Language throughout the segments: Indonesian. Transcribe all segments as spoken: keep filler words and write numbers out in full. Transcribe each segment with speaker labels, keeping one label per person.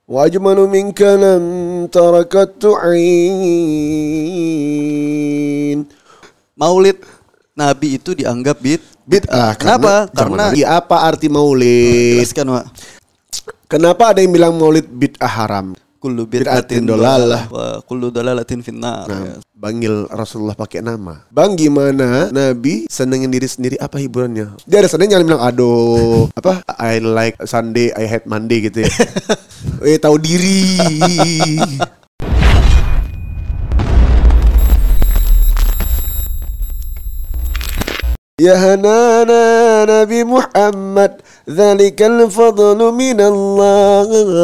Speaker 1: Wa ajmalu minka lam tarakat tu'in.
Speaker 2: Maulid Nabi itu dianggap bid
Speaker 1: bid'ah.
Speaker 2: Kenapa? Karena,
Speaker 1: Karena apa arti maulid?
Speaker 2: Jelaskan, Wak.
Speaker 1: Kenapa ada yang bilang maulid bid'ah haram?
Speaker 2: Kullu
Speaker 1: Bid'atin
Speaker 2: bid'atin
Speaker 1: dolalah
Speaker 2: wa kullu dolalatin finnar.
Speaker 1: Nah, panggil Rasulullah pakai nama. Bang, gimana Nabi senengin diri sendiri, apa hiburannya? Dia ada seneng jangan bilang aduh apa I like Sunday, I hate Monday gitu ya. Eh, tahu diri. Ya Hanana Nabi Muhammad, dzalikal fadlu minallah.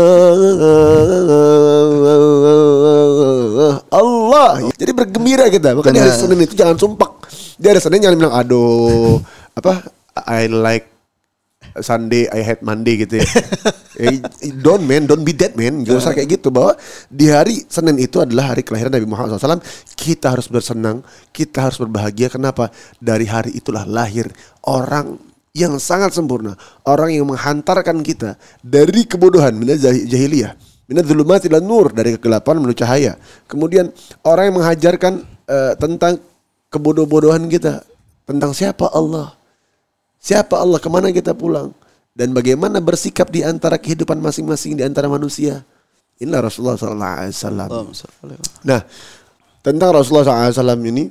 Speaker 1: Allah. Jadi bergembira kita. Makanya hari Senin itu jangan sumpek. Dia hari Senin jangan bilang aduh apa I like Sunday, I hate Monday gitu ya. eh, don't man, don't be that man. Gak usah kayak gitu. Bahwa di hari Senin itu adalah hari kelahiran Nabi Muhammad shallallahu alaihi wasallam. Kita harus bersenang, kita harus berbahagia. Kenapa? Dari hari itulah lahir orang yang sangat sempurna. Orang yang menghantarkan kita dari kebodohan, minaz jahiliyah, minaz zulumati ilan nur, dari kegelapan menuju cahaya. Kemudian orang yang mengajarkan uh, tentang kebodoh-bodohan kita, tentang siapa Allah, siapa Allah, kemana kita pulang, dan bagaimana bersikap di antara kehidupan masing-masing di antara manusia. Inilah Rasulullah shallallahu alaihi wasallam. Nah, tentang Rasulullah shallallahu alaihi wasallam ini,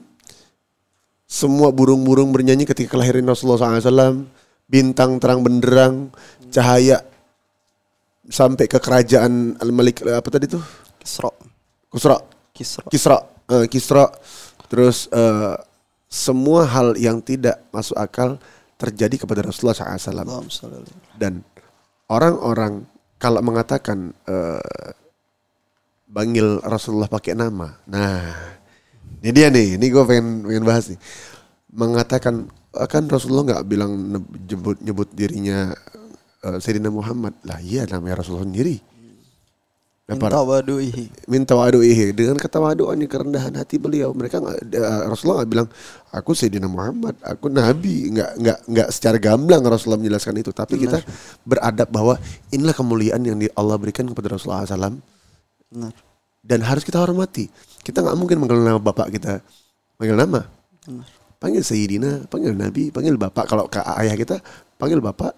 Speaker 1: semua burung-burung bernyanyi ketika kelahiran Rasulullah shallallahu alaihi wasallam. Bintang terang benderang, cahaya sampai ke kerajaan Al-Malik apa tadi tuh?
Speaker 2: Kisra.
Speaker 1: Kisra.
Speaker 2: Kisra.
Speaker 1: Kisra. Uh, Kisra. Terus uh, semua hal yang tidak masuk akal terjadi kepada Rasulullah shallallahu alaihi wasallam. Dan orang-orang kalau mengatakan uh, panggil Rasulullah pakai nama. Nah, ini dia nih. Ini gue pengen, pengen bahas nih. Mengatakan kan Rasulullah nggak bilang nyebut nyebut dirinya uh, Sayyidina Muhammad. Lah iya, namanya Rasulullah sendiri.
Speaker 2: Minta wadu'ihi.
Speaker 1: Minta wadu'ihi. Dengan ketawaduannya, kerendahan hati beliau. Mereka nggak, uh, Rasulullah nggak bilang aku Sayyidina Muhammad, aku Nabi. Nggak nggak nggak secara gamblang Rasulullah menjelaskan itu. Tapi Benar. Kita beradab bahwa inilah kemuliaan yang Allah berikan kepada Rasulullah shallallahu alaihi wasallam. Benar. Dan harus kita hormati. Kita nggak mungkin manggil nama bapak kita, manggil nama. Benar. Panggil Sayyidina, panggil Nabi, panggil bapak. Kalau ke ayah kita, panggil bapak,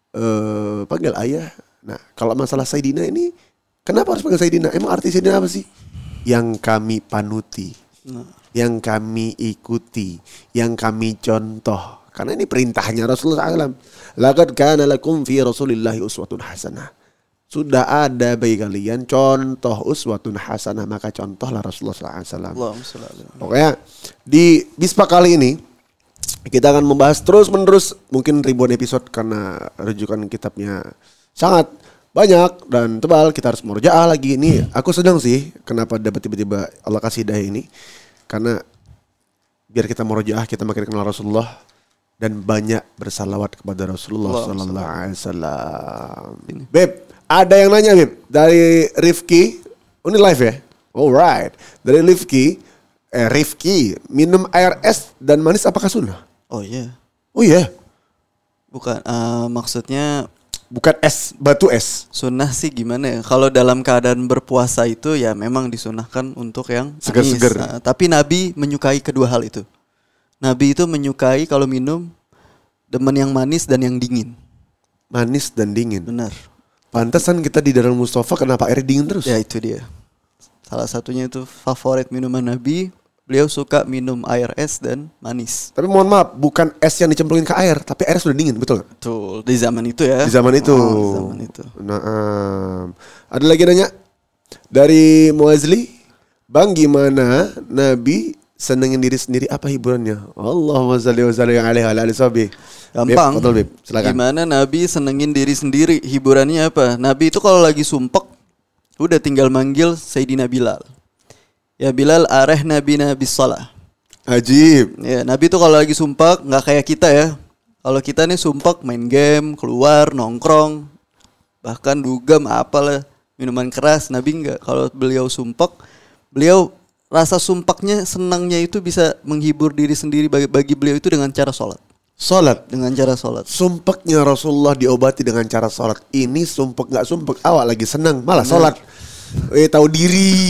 Speaker 1: uh, panggil ayah. Nah, kalau masalah Sayyidina ini, kenapa harus panggil Sayyidina? Emang arti Sayyidina apa sih? Yang kami panuti, nah. yang kami ikuti, yang kami contoh. Karena ini perintahnya Rasulullah shallallahu alaihi wasallam. Laqad kana lakum fi Rasulillahi uswatun hasanah. Sudah ada bagi kalian contoh uswatun hasanah, maka contohlah Rasulullah shallallahu alaihi wasallam. Pokoknya di Bispa kali ini kita akan membahas terus menerus, mungkin ribuan episode karena rujukan kitabnya sangat banyak dan tebal. Kita harus murojaah lagi. Ini aku sedang sih kenapa dapat tiba-tiba Allah kasih hidayah ini, karena biar kita murojaah, kita makin kenal Rasulullah dan banyak bersalawat kepada Rasulullah sallallahu alaihi wasallam. Beb, ada yang nanya, Beb, dari Rifki. Oh, ini live ya? Alright. Dari Rifki, eh Rifki, minum air es dan manis apakah sunnah?
Speaker 2: Oh iya. Yeah.
Speaker 1: Oh iya. Yeah.
Speaker 2: Bukan, uh, maksudnya
Speaker 1: bukan es, batu es.
Speaker 2: Sunnah sih gimana ya? Kalau dalam keadaan berpuasa itu ya memang disunahkan untuk yang
Speaker 1: seger-seger.
Speaker 2: Nah, tapi Nabi menyukai kedua hal itu. Nabi itu menyukai kalau minum demen yang manis dan yang dingin.
Speaker 1: Manis dan dingin.
Speaker 2: Benar.
Speaker 1: Pantesan kita di Darul Mustafa kenapa air dingin terus?
Speaker 2: Ya itu dia. Salah satunya itu favorit minuman Nabi. Beliau suka minum air es dan manis.
Speaker 1: Tapi mohon maaf, bukan es yang dicemplungin ke air, tapi air sudah dingin, betul?
Speaker 2: Betul, di zaman itu ya.
Speaker 1: Di zaman itu.
Speaker 2: Oh, di zaman itu.
Speaker 1: Nah, um, ada lagi nanya dari Muazli, Bang, gimana Nabi senengin diri sendiri, apa hiburannya? Allahumma shalli wa sallim alaihi wa alihi wasallam.
Speaker 2: Gampang.
Speaker 1: Beb, betul, Beb. Silakan.
Speaker 2: Gimana Nabi senengin diri sendiri? Hiburannya apa? Nabi itu kalau lagi sumpek, udah tinggal manggil Sayyidina Bilal. Ya Bilal, areh Nabi Nabi salah.
Speaker 1: Ajib.
Speaker 2: Ya, Nabi itu kalau lagi sumpek nggak kayak kita ya. Kalau kita nih sumpek main game, keluar nongkrong, bahkan dugem apalah, minuman keras. Nabi nggak. Kalau beliau sumpek, beliau rasa sumpeknya, senangnya itu bisa menghibur diri sendiri. Bagi, bagi beliau itu dengan cara sholat.
Speaker 1: Sholat.
Speaker 2: Dengan cara sholat.
Speaker 1: Sumpeknya Rasulullah diobati dengan cara sholat. Ini sumpek gak sumpek, awak lagi senang malah sholat. Eh tahu diri.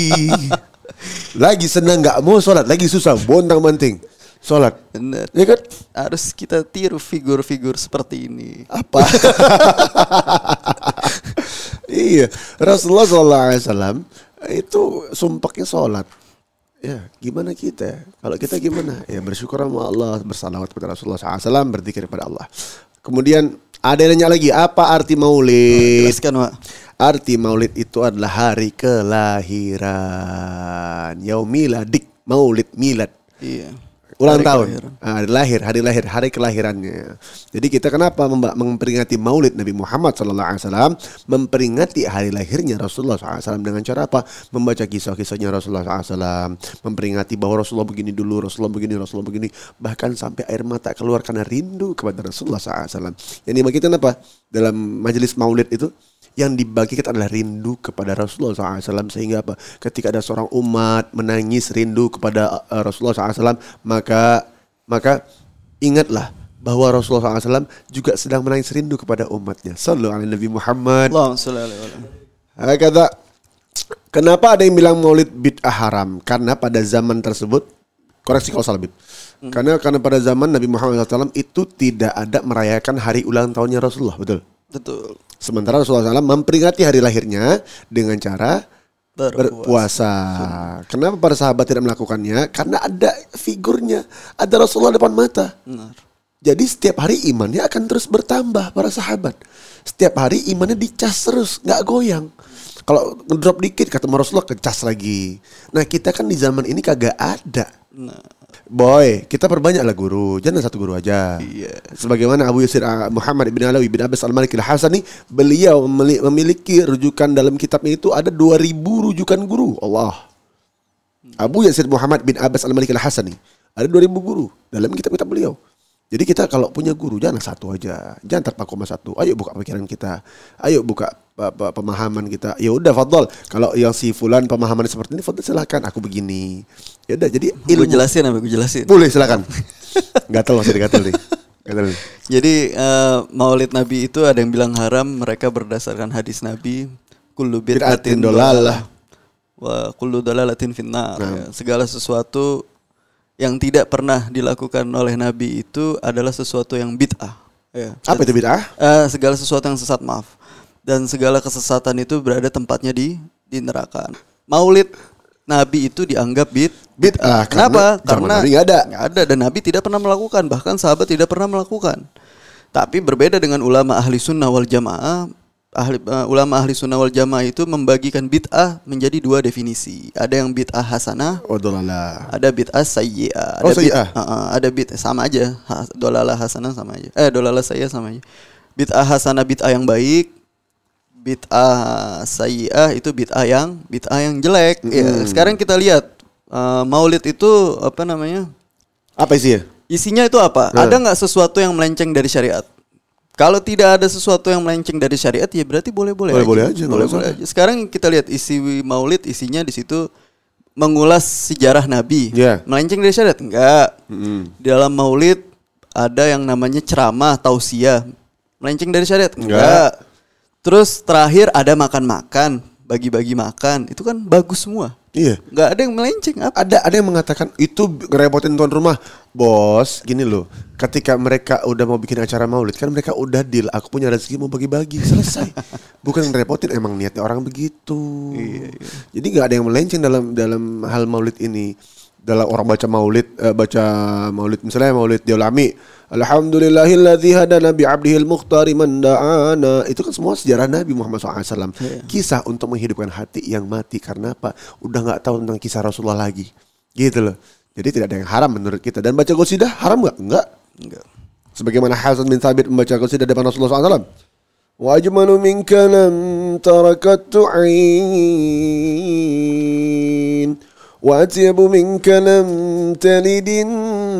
Speaker 1: Lagi senang gak mau sholat, lagi susah bontang banting sholat.
Speaker 2: Benar.
Speaker 1: Ya kan?
Speaker 2: Harus kita tiru figur-figur seperti ini.
Speaker 1: Apa? Iya, Rasulullah shallallahu alaihi wasallam itu sumpeknya sholat. Ya, gimana kita? Kalau kita gimana? Ya bersyukur sama Allah, bersalawat kepada Rasulullah shallallahu alaihi wasallam, berzikir kepada Allah. Kemudian ada yang nanya lagi, apa arti maulid?
Speaker 2: Jelaskan, Wak.
Speaker 1: Arti maulid itu adalah hari kelahiran. Yaumiladik, maulid milad.
Speaker 2: Iya.
Speaker 1: Ulang
Speaker 2: Hari
Speaker 1: tahun,
Speaker 2: kelahiran.
Speaker 1: hari lahir, hari lahir, hari kelahirannya. Jadi kita kenapa memperingati Maulid Nabi Muhammad Sallallahu Alaihi Wasallam, memperingati hari lahirnya Rasulullah Sallallahu Alaihi Wasallam dengan cara apa? Membaca kisah-kisahnya Rasulullah Sallallahu Alaihi Wasallam, memperingati bahwa Rasulullah begini dulu, Rasulullah begini, Rasulullah begini, bahkan sampai air mata keluar karena rindu kepada Rasulullah Sallallahu Alaihi Wasallam. Yang dibagikan apa? Dalam majelis Maulid itu, yang dibagikan adalah rindu kepada Rasulullah shallallahu alaihi wasallam. Sehingga apa? Ketika ada seorang umat menangis rindu kepada uh, Rasulullah shallallahu alaihi wasallam, maka maka ingatlah bahwa Rasulullah shallallahu alaihi wasallam juga sedang menangis rindu kepada umatnya. Sallu ala Nabi Muhammad.
Speaker 2: Allahumma shalli alaihi wasallam.
Speaker 1: Kata, kenapa ada yang bilang maulid bid'ah haram? Karena pada zaman tersebut, koreksi kalau salah bid. Hmm. Karena karena pada zaman Nabi Muhammad shallallahu alaihi wasallam itu tidak ada merayakan hari ulang tahunnya Rasulullah, betul?
Speaker 2: Betul.
Speaker 1: Sementara Rasulullah shallallahu alaihi wasallam memperingati hari lahirnya dengan cara berpuasa. Kenapa para sahabat tidak melakukannya? Karena ada figurnya, ada Rasulullah depan mata.
Speaker 2: Benar.
Speaker 1: Jadi setiap hari imannya akan terus bertambah para sahabat. Setiap hari imannya dicas terus, nggak goyang. Kalau ngedrop dikit kata Rasulullah kecas lagi. Nah kita kan di zaman ini kagak ada.
Speaker 2: Nah.
Speaker 1: Boy, kita perbanyaklah guru, jangan satu guru aja.
Speaker 2: Iya.
Speaker 1: Sebagaimana Abu Yusir Muhammad bin Alawi bin Abbas Al-Maliki Al-Hasani, beliau memiliki rujukan dalam kitabnya itu ada dua ribu rujukan guru. Allah. Abu Yusir Muhammad bin Abbas Al-Maliki Al-Hasani, ada dua ribu guru dalam kitab-kitab beliau. Jadi kita kalau punya guru jangan satu aja, jangan terpaku sama satu. Ayo buka pikiran kita, ayo buka pemahaman kita. Ya udah fadhol. Kalau yang si fulan pemahaman seperti ini, fadhol silakan. Aku begini. Ya udah. Jadi ilmu.
Speaker 2: Gue jelasin apa? Gue jelasin.
Speaker 1: Boleh silakan. Gatel masih digatel nih. Gatel.
Speaker 2: Jadi uh, Maulid Nabi itu ada yang bilang haram, mereka berdasarkan hadis Nabi. Kullu bid'atin dolalah wa kullu dolalatin finnar.
Speaker 1: Nah.
Speaker 2: Ya, segala sesuatu yang tidak pernah dilakukan oleh Nabi itu adalah sesuatu yang bid'ah. Ya.
Speaker 1: Apa itu bid'ah?
Speaker 2: Uh, segala sesuatu yang sesat, maaf. Dan segala kesesatan itu berada tempatnya di di neraka. Maulid Nabi itu dianggap bid
Speaker 1: bid'ah.
Speaker 2: Kenapa?
Speaker 1: Karena, karena
Speaker 2: Nabi
Speaker 1: nggak ada.
Speaker 2: Nggak ada dan Nabi tidak pernah melakukan. Bahkan sahabat tidak pernah melakukan. Tapi berbeda dengan ulama ahli sunnah wal jamaah. Ahli, uh, ulama ahli sunnah wal jamaah itu membagikan bid'ah menjadi dua definisi. Ada yang bid'ah hasanah,
Speaker 1: oh dolalah.
Speaker 2: ada bid'ah sayyi'ah.
Speaker 1: Oh sayyi'ah.
Speaker 2: Uh, uh, ada bid'ah sama aja. Ha, dolalah hasanah sama aja. Eh dolalah sayyi'ah sama aja. Bid'ah hasanah bid'ah yang baik. Bid'ah sayyi'ah itu bid'ah yang bid'ah yang jelek. Hmm. Ya, sekarang kita lihat uh, Maulid itu apa namanya?
Speaker 1: Apa isinya?
Speaker 2: Isinya itu apa?
Speaker 1: Hmm.
Speaker 2: Ada nggak sesuatu yang melenceng dari syariat? Kalau tidak ada sesuatu yang melenceng dari syariat, ya berarti boleh-boleh aja.
Speaker 1: Boleh-boleh aja.
Speaker 2: Boleh-boleh aja. Sekarang kita lihat isi Maulid, isinya di situ mengulas sejarah Nabi.
Speaker 1: Yeah.
Speaker 2: Melenceng dari syariat? Enggak.
Speaker 1: Mm-hmm.
Speaker 2: Di dalam Maulid ada yang namanya ceramah, tausiah. Melenceng dari syariat? Enggak. Enggak. Terus terakhir ada makan-makan, bagi-bagi makan. Itu kan bagus semua.
Speaker 1: Iya.
Speaker 2: Enggak ada yang melenceng. Apa?
Speaker 1: Ada ada yang mengatakan itu ngerepotin tuan rumah. Bos, gini loh. Ketika mereka udah mau bikin acara maulid, kan mereka udah deal. Aku punya rezeki mau bagi-bagi, selesai. Bukan ngerepotin, emang niatnya orang begitu. Iya, iya. Jadi nggak ada yang melenceng dalam dalam hal maulid ini. Dalam orang baca maulid, uh, baca maulid misalnya maulid diulami. Alhamdulillahilladzi hadana bi'abdihil mukhtari man da'ana. Itu kan semua sejarah Nabi Muhammad shallallahu alaihi wasallam. Yeah. Kisah untuk menghidupkan hati yang mati. Karena apa? Udah gak tahu tentang kisah Rasulullah lagi. Gitu loh. Jadi tidak ada yang haram menurut kita. Dan baca qasidah haram gak? Enggak. Enggak. Sebagaimana Hasan bin Thabit membaca qasidah depan Rasulullah shallallahu alaihi wasallam. Wa ajmanu minka lam tarakat tu'in. Wa atyabu minka lam talidin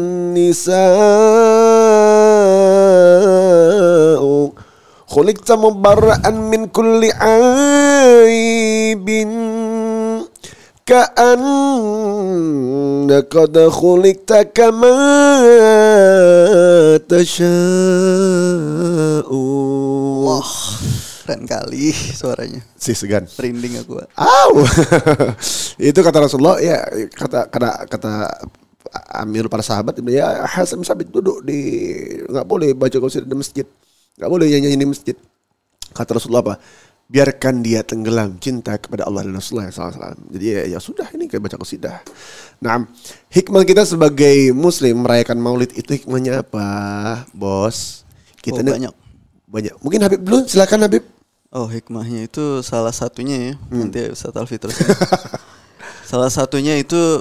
Speaker 1: nisa'u khuliqta mubarra'an min kulli aibin ka'annaka qad khuliqta kama tasha'u.
Speaker 2: Wah, keren kali suaranya.
Speaker 1: Si segan.
Speaker 2: Merinding aku.
Speaker 1: Aw. Itu kata Rasulullah, ya kata kata kata Amir para sahabat, ya Hasan Sabit duduk di, nggak boleh baca qasidah di masjid, nggak boleh nyanyi di masjid. Kata Rasulullah apa? Biarkan dia tenggelam cinta kepada Allah dan Rasulullah shallallahu alaihi wasallam. Jadi ya, ya sudah, ini kayak baca qasidah. Nah, hikmah kita sebagai Muslim merayakan Maulid itu hikmahnya apa, bos? Kita
Speaker 2: oh,
Speaker 1: nih,
Speaker 2: banyak.
Speaker 1: Banyak. Mungkin Habib dulu, silakan Habib.
Speaker 2: Oh, hikmahnya itu salah satunya ya. Hmm. Nanti Ustaz Alfi terus. Salah satunya itu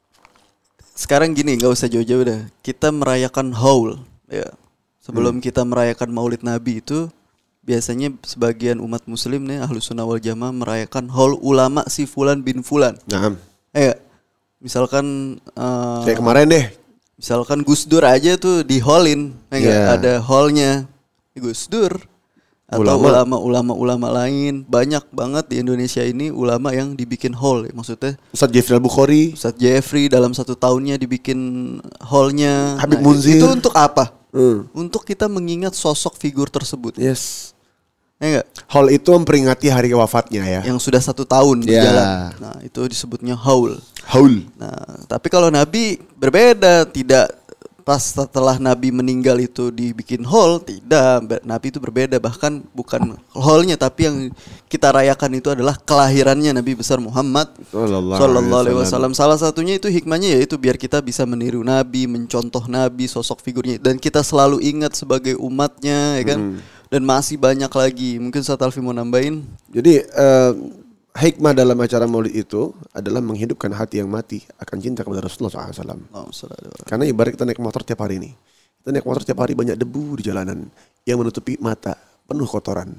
Speaker 2: sekarang gini, nggak usah jauh-jauh dah. Kita merayakan haul. Ya. Sebelum hmm. kita merayakan Maulid Nabi itu, biasanya sebagian umat Muslim nih Ahlus Sunnah wal Jamaah merayakan haul ulama si Fulan bin Fulan.
Speaker 1: Nah.
Speaker 2: Eh, misalkan uh,
Speaker 1: kayak kemarin deh.
Speaker 2: Misalkan Gus Dur aja tuh di haulin, ya yeah. Ada haulnya Gus Dur. Atau ulama. ulama-ulama lain. Banyak banget di Indonesia ini ulama yang dibikin haul. Maksudnya
Speaker 1: Ustaz Jeffrey Al-Bukhari.
Speaker 2: Ustaz Jeffrey dalam satu tahunnya dibikin haulnya.
Speaker 1: Habib
Speaker 2: nah,
Speaker 1: Munzir.
Speaker 2: Itu untuk apa?
Speaker 1: Hmm.
Speaker 2: Untuk kita mengingat sosok figur tersebut.
Speaker 1: Yes.
Speaker 2: Ya enggak?
Speaker 1: Haul itu memperingati hari wafatnya ya.
Speaker 2: Yang sudah satu tahun
Speaker 1: yeah.
Speaker 2: berjalan. Nah, itu disebutnya haul.
Speaker 1: Haul.
Speaker 2: Nah, tapi kalau Nabi berbeda, tidak pas setelah Nabi meninggal itu dibikin haul, tidak. Nabi itu berbeda, bahkan bukan haulnya, tapi yang kita rayakan itu adalah kelahirannya Nabi besar Muhammad Sallallahu Alaihi Wasallam. Salah satunya itu hikmahnya yaitu biar kita bisa meniru Nabi, mencontoh Nabi, sosok figurnya, dan kita selalu ingat sebagai umatnya, ya kan? Hmm. Dan masih banyak lagi. Mungkin Ustaz Alfi mau nambahin.
Speaker 1: Jadi uh, hikmah dalam acara Maulid itu adalah menghidupkan hati yang mati akan cinta kepada Rasulullah shallallahu alaihi wasallam. Karena ibarat kita naik motor tiap hari ini, kita naik motor tiap hari banyak debu di jalanan yang menutupi mata, penuh kotoran.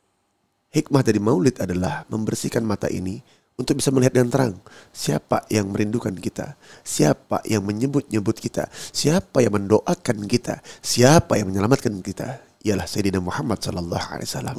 Speaker 1: Hikmah dari Maulid adalah membersihkan mata ini untuk bisa melihat dengan terang siapa yang merindukan kita, siapa yang menyebut-nyebut kita, siapa yang mendoakan kita, siapa yang menyelamatkan kita. Ialah Sayyidina Muhammad sallallahu alaihi wasallam.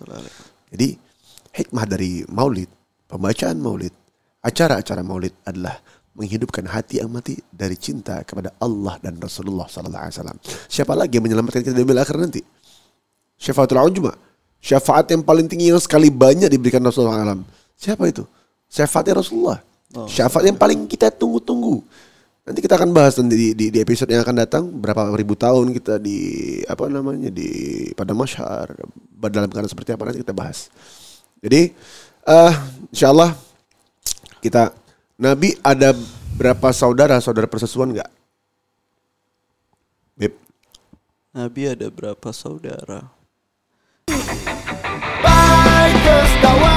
Speaker 1: Jadi hikmah dari Maulid, pembacaan Maulid, acara-acara Maulid adalah menghidupkan hati yang mati dari cinta kepada Allah dan Rasulullah sallallahu alaihi wasallam. Siapa lagi yang menyelamatkan kita di yaumil akhir nanti? Syafaatul uzma, syafaat yang paling tinggi yang sekali banyak diberikan Rasulullah sallallahu alaihi wasallam. Siapa itu? Syafaatnya Rasulullah. Oh, syafaat yang paling kita tunggu-tunggu. Nanti kita akan bahas di, di, di episode yang akan datang, berapa ribu tahun kita di apa namanya di pada masyar, dalam keadaan seperti apa nanti kita bahas. Jadi uh, insyaallah kita, Nabi ada berapa saudara saudara persesuan nggak? Beb.
Speaker 2: Nabi ada berapa saudara?